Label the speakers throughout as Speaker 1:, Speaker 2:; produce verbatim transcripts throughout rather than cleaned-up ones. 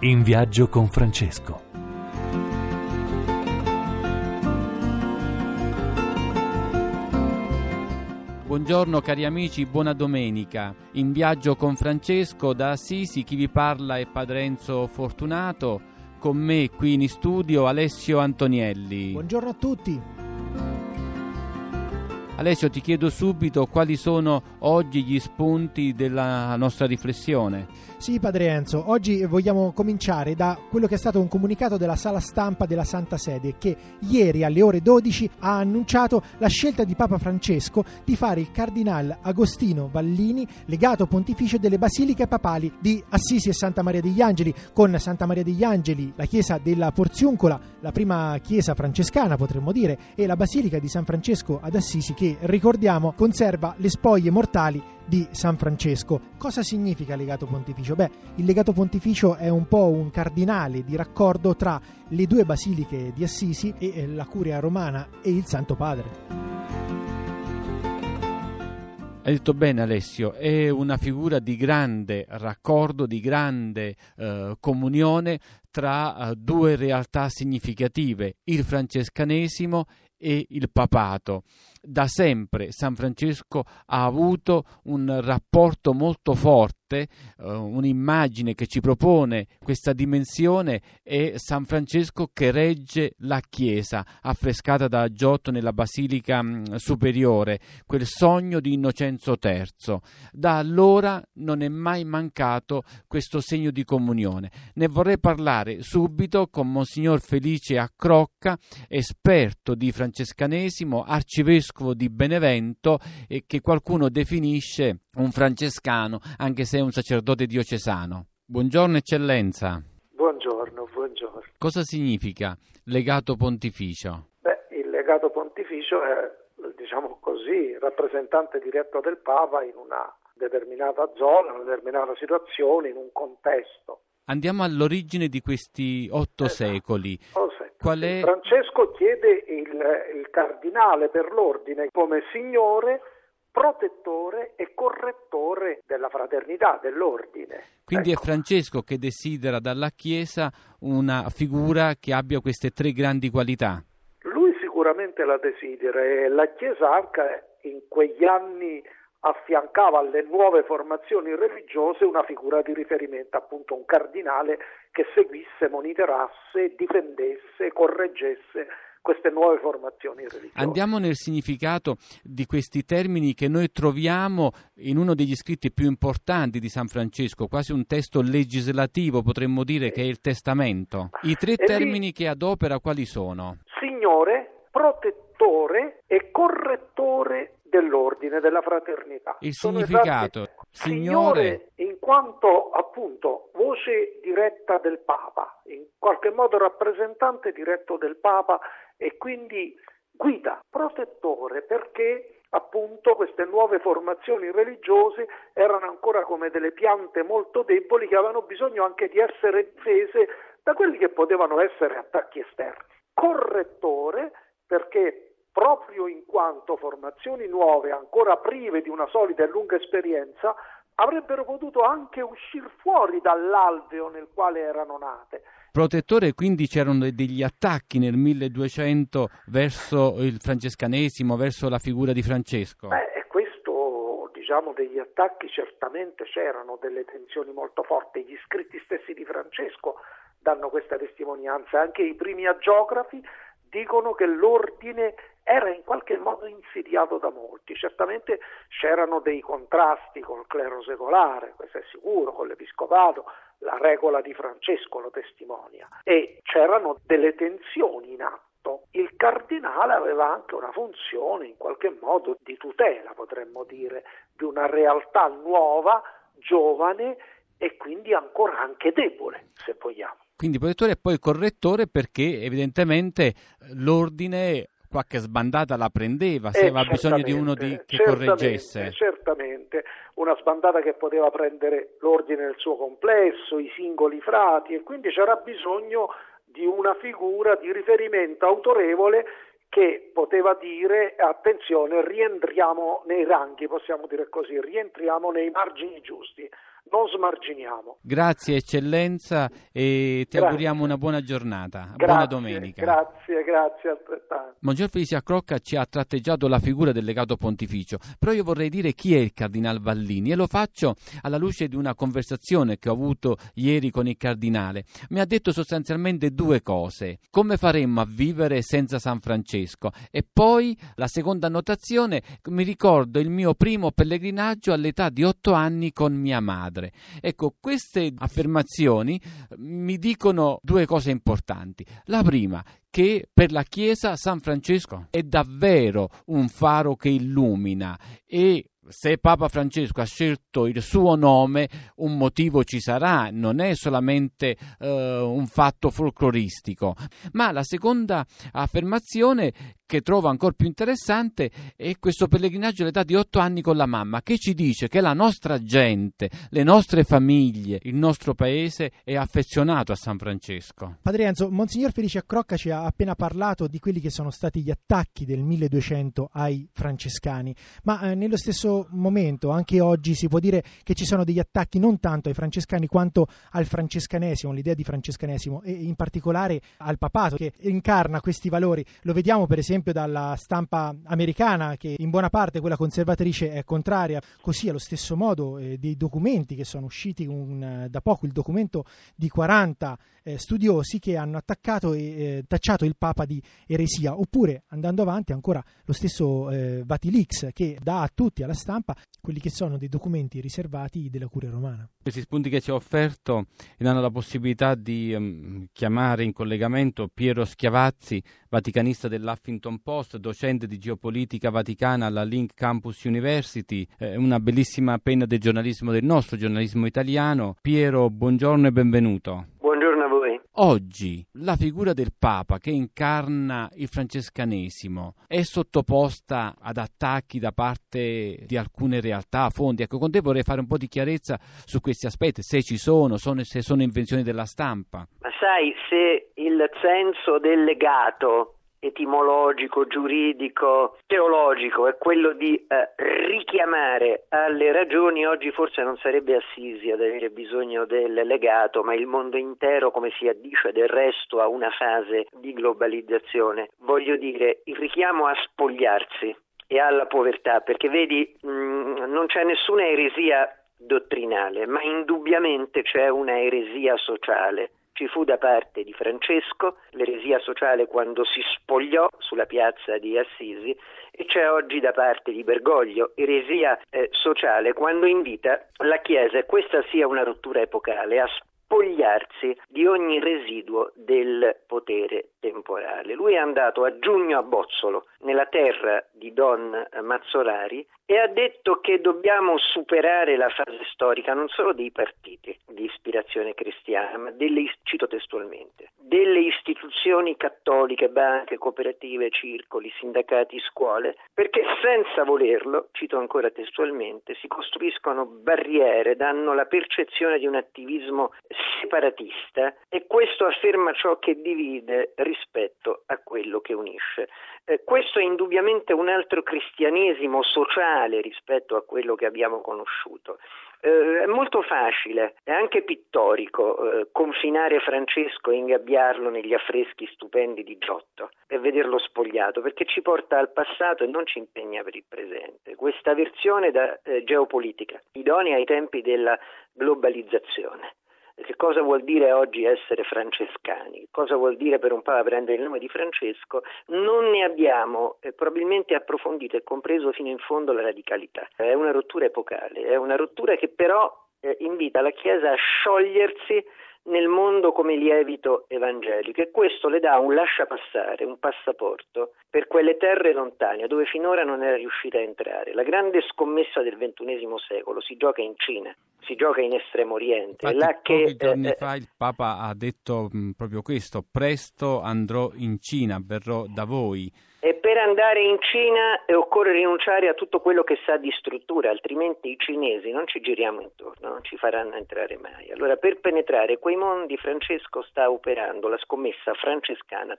Speaker 1: In viaggio con Francesco.
Speaker 2: Buongiorno cari amici, buona domenica. In viaggio con Francesco da Assisi, chi vi parla è Padre Enzo Fortunato, con me qui in studio Alessio Antonielli.
Speaker 3: Buongiorno a tutti.
Speaker 2: Alessio, ti chiedo subito quali sono oggi gli spunti della nostra riflessione.
Speaker 3: Sì, Padre Enzo, oggi vogliamo cominciare da quello che è stato un comunicato della sala stampa della Santa Sede, che ieri alle ore dodici ha annunciato la scelta di Papa Francesco di fare il cardinale Agostino Vallini legato pontificio delle basiliche papali di Assisi e Santa Maria degli Angeli, con Santa Maria degli Angeli, la chiesa della Porziuncola, la prima chiesa francescana potremmo dire, e la basilica di San Francesco ad Assisi, che ricordiamo conserva le spoglie mortali di San Francesco. Cosa significa legato pontificio? Beh, il legato pontificio è un po' un cardinale di raccordo tra le due basiliche di Assisi e la curia romana e il Santo Padre.
Speaker 2: Hai detto bene Alessio, è una figura di grande raccordo, di grande eh, comunione tra eh, due realtà significative, il francescanesimo e il papato. Da sempre San Francesco ha avuto un rapporto molto forte, eh, un'immagine che ci propone questa dimensione è San Francesco che regge la Chiesa, affrescata da Giotto nella Basilica mh, Superiore, quel sogno di Innocenzo terzo. Da allora non è mai mancato questo segno di comunione. Ne vorrei parlare subito con Monsignor Felice Accrocca, esperto di francescanesimo, arcivescovo di Benevento e che qualcuno definisce un francescano, anche se è un sacerdote diocesano. Buongiorno eccellenza.
Speaker 4: Buongiorno, buongiorno.
Speaker 2: Cosa significa legato pontificio?
Speaker 4: Beh, il legato pontificio è, diciamo così, rappresentante diretto del Papa in una determinata zona, in una determinata situazione, in un contesto.
Speaker 2: Andiamo all'origine di questi otto
Speaker 4: esatto.
Speaker 2: secoli.
Speaker 4: Oh, sì.
Speaker 2: Qual è...
Speaker 4: Francesco chiede il, il cardinale per l'ordine come signore, protettore e correttore della fraternità, dell'ordine.
Speaker 2: Quindi
Speaker 4: ecco.
Speaker 2: È Francesco che desidera dalla Chiesa una figura che abbia queste tre grandi qualità.
Speaker 4: Lui sicuramente la desidera e la Chiesa anche in quegli anni affiancava alle nuove formazioni religiose una figura di riferimento, appunto un cardinale che seguisse, monitorasse, difendesse, correggesse queste nuove formazioni religiose.
Speaker 2: Andiamo nel significato di questi termini che noi troviamo in uno degli scritti più importanti di San Francesco, quasi un testo legislativo, potremmo dire, che è il Testamento. I tre
Speaker 4: e
Speaker 2: termini
Speaker 4: lì,
Speaker 2: che adopera quali sono?
Speaker 4: Signore, protettore e correttore dell'ordine, della fraternità.
Speaker 2: Il
Speaker 4: Sono
Speaker 2: significato,
Speaker 4: esatti,
Speaker 2: Signore...
Speaker 4: Signore in quanto appunto voce diretta del Papa, in qualche modo rappresentante diretto del Papa e quindi guida, protettore, perché appunto queste nuove formazioni religiose erano ancora come delle piante molto deboli che avevano bisogno anche di essere difese da quelli che potevano essere attacchi esterni. Correttore, perché proprio in quanto formazioni nuove, ancora prive di una solida e lunga esperienza, avrebbero potuto anche uscire fuori dall'alveo nel quale erano nate.
Speaker 2: Protettore, quindi c'erano degli attacchi nel milleduecento verso il francescanesimo, verso la figura di Francesco?
Speaker 4: Beh, e questo, diciamo, degli attacchi certamente c'erano, delle tensioni molto forti. Gli scritti stessi di Francesco danno questa testimonianza, anche i primi agiografi dicono che l'ordine era in qualche modo insidiato da molti. Certamente c'erano dei contrasti col clero secolare, questo è sicuro, con l'episcopato, la regola di Francesco lo testimonia, e c'erano delle tensioni in atto. Il cardinale aveva anche una funzione in qualche modo di tutela, potremmo dire, di una realtà nuova, giovane e quindi ancora anche debole, se vogliamo.
Speaker 2: Quindi protettore e poi correttore, perché evidentemente l'ordine qualche sbandata la prendeva, se
Speaker 4: eh,
Speaker 2: aveva bisogno di uno di, che correggesse.
Speaker 4: Certamente, una sbandata che poteva prendere l'ordine nel suo complesso, i singoli frati, e quindi c'era bisogno di una figura di riferimento autorevole che poteva dire attenzione, rientriamo nei ranghi, possiamo dire così, rientriamo nei margini giusti, non smarginiamo.
Speaker 2: Grazie eccellenza e ti
Speaker 4: Grazie.
Speaker 2: Auguriamo una buona giornata,
Speaker 4: grazie,
Speaker 2: buona domenica.
Speaker 4: Grazie, grazie altrettanto.
Speaker 2: Monsignor Felice Accrocca ci ha tratteggiato la figura del legato pontificio, però io vorrei dire chi è il Cardinal Vallini, e lo faccio alla luce di una conversazione che ho avuto ieri con il Cardinale. Mi ha detto sostanzialmente due cose: come faremmo a vivere senza San Francesco, e poi la seconda annotazione, mi ricordo il mio primo pellegrinaggio all'età di otto anni con mia madre. Ecco, queste affermazioni mi dicono due cose importanti. La prima, che per la Chiesa San Francesco è davvero un faro che illumina, e se Papa Francesco ha scelto il suo nome un motivo ci sarà, non è solamente eh, un fatto folcloristico. Ma la seconda affermazione, che trovo ancora più interessante, è questo pellegrinaggio all'età di otto anni con la mamma, che ci dice che la nostra gente, le nostre famiglie, il nostro paese è affezionato a San Francesco.
Speaker 3: Padre Enzo, Monsignor Felice Accrocca ci ha appena parlato di quelli che sono stati gli attacchi del milleduecento ai francescani, ma eh, nello stesso momento anche oggi si può dire che ci sono degli attacchi non tanto ai francescani quanto al francescanesimo, l'idea di francescanesimo, e in particolare al papato che incarna questi valori. Lo vediamo per esempio dalla stampa americana, che in buona parte quella conservatrice è contraria, così allo stesso modo eh, dei documenti che sono usciti un, da poco, il documento di quaranta eh, studiosi che hanno attaccato e eh, tacciato il Papa di eresia, oppure andando avanti ancora lo stesso eh, Vatilix, che dà a tutti, alla stampa, quelli che sono dei documenti riservati della Curia Romana.
Speaker 2: Questi spunti che ci ha offerto danno la possibilità di um, chiamare in collegamento Piero Schiavazzi, vaticanista dell'Huffington Post, docente di geopolitica vaticana alla Link Campus University, eh, una bellissima penna del giornalismo, del nostro giornalismo italiano. Piero, buongiorno e benvenuto.
Speaker 5: Buongiorno a voi.
Speaker 2: Oggi la figura del Papa, che incarna il francescanesimo, è sottoposta ad attacchi da parte di alcune realtà, fondi. Ecco, con te vorrei fare un po' di chiarezza su questi aspetti, se ci sono, sono se sono invenzioni della stampa.
Speaker 5: Ma sai, se il senso del legato etimologico, giuridico, teologico è quello di eh, richiamare alle ragioni, oggi forse non sarebbe Assisi ad avere bisogno del legato, ma il mondo intero, come si addice del resto a una fase di globalizzazione. Voglio dire, il richiamo a spogliarsi e alla povertà, perché vedi, mh, non c'è nessuna eresia dottrinale, ma indubbiamente c'è una eresia sociale. Ci fu da parte di Francesco l'eresia sociale quando si spogliò sulla piazza di Assisi, e c'è oggi da parte di Bergoglio eresia eh, sociale quando invita la Chiesa, e questa sia una rottura epocale, a spogliarsi di ogni residuo del potere temporale. Lui è andato a giugno a Bozzolo, nella terra di Don Mazzolari, e ha detto che dobbiamo superare la fase storica non solo dei partiti di ispirazione cristiana, ma delle, cito testualmente, delle istituzioni cattoliche, banche, cooperative, circoli, sindacati, scuole, perché senza volerlo, cito ancora testualmente, si costruiscono barriere, danno la percezione di un attivismo separatista, e questo afferma ciò che divide rispetto a quello che unisce. Eh, questo è indubbiamente un altro cristianesimo sociale rispetto a quello che abbiamo conosciuto. Eh, è molto facile, è anche pittorico eh, confinare Francesco e ingabbiarlo negli affreschi stupendi di Giotto e vederlo spogliato, perché ci porta al passato e non ci impegna per il presente. Questa versione da eh, geopolitica, idonea ai tempi della globalizzazione. Che cosa vuol dire oggi essere francescani? Cosa vuol dire per un Papa prendere il nome di Francesco? Non ne abbiamo eh, probabilmente approfondito e compreso fino in fondo la radicalità. È una rottura epocale, è una rottura che però eh, invita la Chiesa a sciogliersi nel mondo come lievito evangelico, e questo le dà un lasciapassare, un passaporto per quelle terre lontane dove finora non era riuscita a entrare. La grande scommessa del ventunesimo secolo si gioca in Cina, si gioca in Estremo Oriente.
Speaker 2: Infatti,
Speaker 5: là
Speaker 2: pochi
Speaker 5: che,
Speaker 2: giorni
Speaker 5: eh,
Speaker 2: fa il Papa ha detto mh, proprio questo: presto andrò in Cina, verrò da voi.
Speaker 5: E per andare in Cina occorre rinunciare a tutto quello che sa di struttura, altrimenti i cinesi non ci giriamo intorno, non ci faranno entrare mai. Allora, per penetrare quei mondi Francesco sta operando la scommessa francescana tutta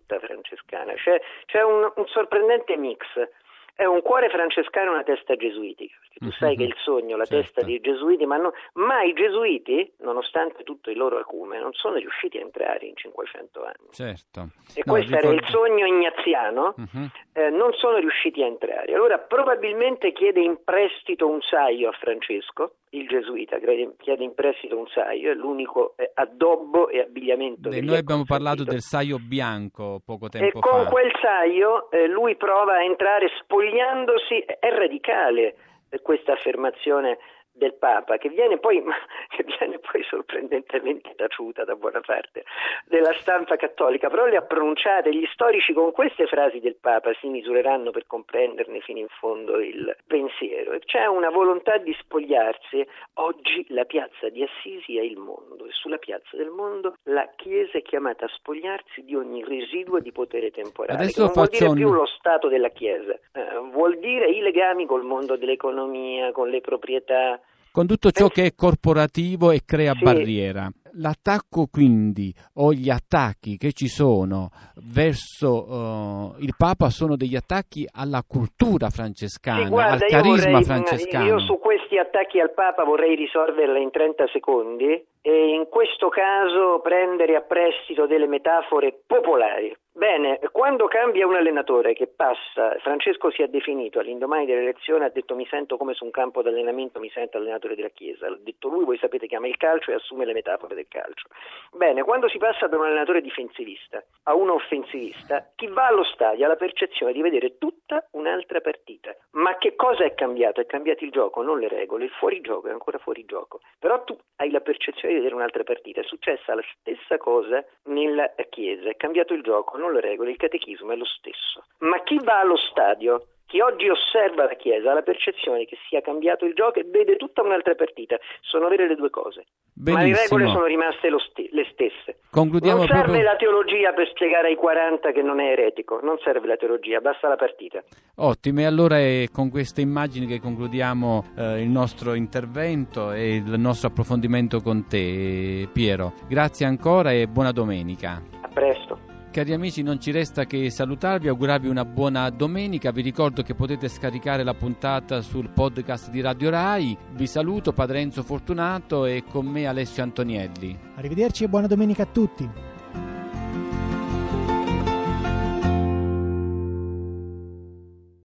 Speaker 5: tutta francescana. C'è, c'è un, un sorprendente mix. È un cuore francescano e una testa gesuitica, perché tu mm-hmm. sai che il sogno, la certo. testa dei gesuiti, ma, no, ma i gesuiti, nonostante tutto il loro acume, non sono riusciti a entrare in cinquecento anni.
Speaker 2: Certo.
Speaker 5: E
Speaker 2: no,
Speaker 5: questo
Speaker 2: ricordo...
Speaker 5: era il sogno ignaziano, mm-hmm. eh, non sono riusciti a entrare. Allora probabilmente chiede in prestito un saio a Francesco, il gesuita chiede in prestito un saio, è l'unico eh, addobbo e abbigliamento.
Speaker 2: Beh, noi abbiamo parlato del saio bianco poco tempo
Speaker 5: e fa. E con quel saio eh, lui prova a entrare spogliandosi, è radicale eh, questa affermazione del Papa, che viene poi che viene poi sorprendentemente taciuta da buona parte della stampa cattolica, però le ha pronunciate. Gli storici con queste frasi del Papa si misureranno per comprenderne fino in fondo il pensiero. E c'è una volontà di spogliarsi. Oggi la piazza di Assisi è il mondo e sulla piazza del mondo la Chiesa è chiamata a spogliarsi di ogni residuo di potere temporale.
Speaker 2: Adesso
Speaker 5: che non
Speaker 2: faccio
Speaker 5: vuol dire
Speaker 2: un...
Speaker 5: più lo stato della Chiesa, eh, vuol dire i legami col mondo dell'economia, con le proprietà,
Speaker 2: con tutto ciò che è corporativo e crea
Speaker 5: sì.
Speaker 2: barriera. L'attacco quindi, o gli attacchi che ci sono verso uh, il Papa sono degli attacchi alla cultura francescana,
Speaker 5: sì, guarda,
Speaker 2: al carisma
Speaker 5: vorrei,
Speaker 2: francescano.
Speaker 5: Io su questi attacchi al Papa vorrei risolverla in trenta secondi e in questo caso prendere a prestito delle metafore popolari. Bene, quando cambia un allenatore che passa, Francesco si è definito all'indomani dell'elezione, ha detto mi sento come su un campo d'allenamento, mi sento allenatore della Chiesa, l'ha detto lui, voi sapete che ama il calcio e assume le metafore del calcio. Bene, quando si passa da un allenatore difensivista a uno offensivista, chi va allo stadio ha la percezione di vedere tutta un'altra partita. Ma che cosa è cambiato? È cambiato il gioco, non le regole, il fuorigioco è ancora fuorigioco. Però tu hai la percezione di vedere un'altra partita, è successa la stessa cosa nella Chiesa, è cambiato il gioco, non le regole, il catechismo è lo stesso. Ma chi va allo stadio, chi oggi osserva la Chiesa, ha la percezione che sia cambiato il gioco e vede tutta un'altra partita. Sono vere le due cose.
Speaker 2: Benissimo.
Speaker 5: Ma le regole sono rimaste lo st- le stesse.
Speaker 2: Concludiamo
Speaker 5: non serve
Speaker 2: proprio...
Speaker 5: la teologia per spiegare ai quaranta che non è eretico, non serve la teologia, basta la partita.
Speaker 2: Ottimo, e allora è con queste immagini che concludiamo eh, il nostro intervento e il nostro approfondimento con te, Piero. Grazie ancora e buona domenica.
Speaker 5: A presto.
Speaker 2: Cari amici, non ci resta che salutarvi, augurarvi una buona domenica. Vi ricordo che potete scaricare la puntata sul podcast di Radio Rai. Vi saluto, Padre Enzo Fortunato, e con me Alessio Antonielli.
Speaker 3: Arrivederci e buona domenica a tutti.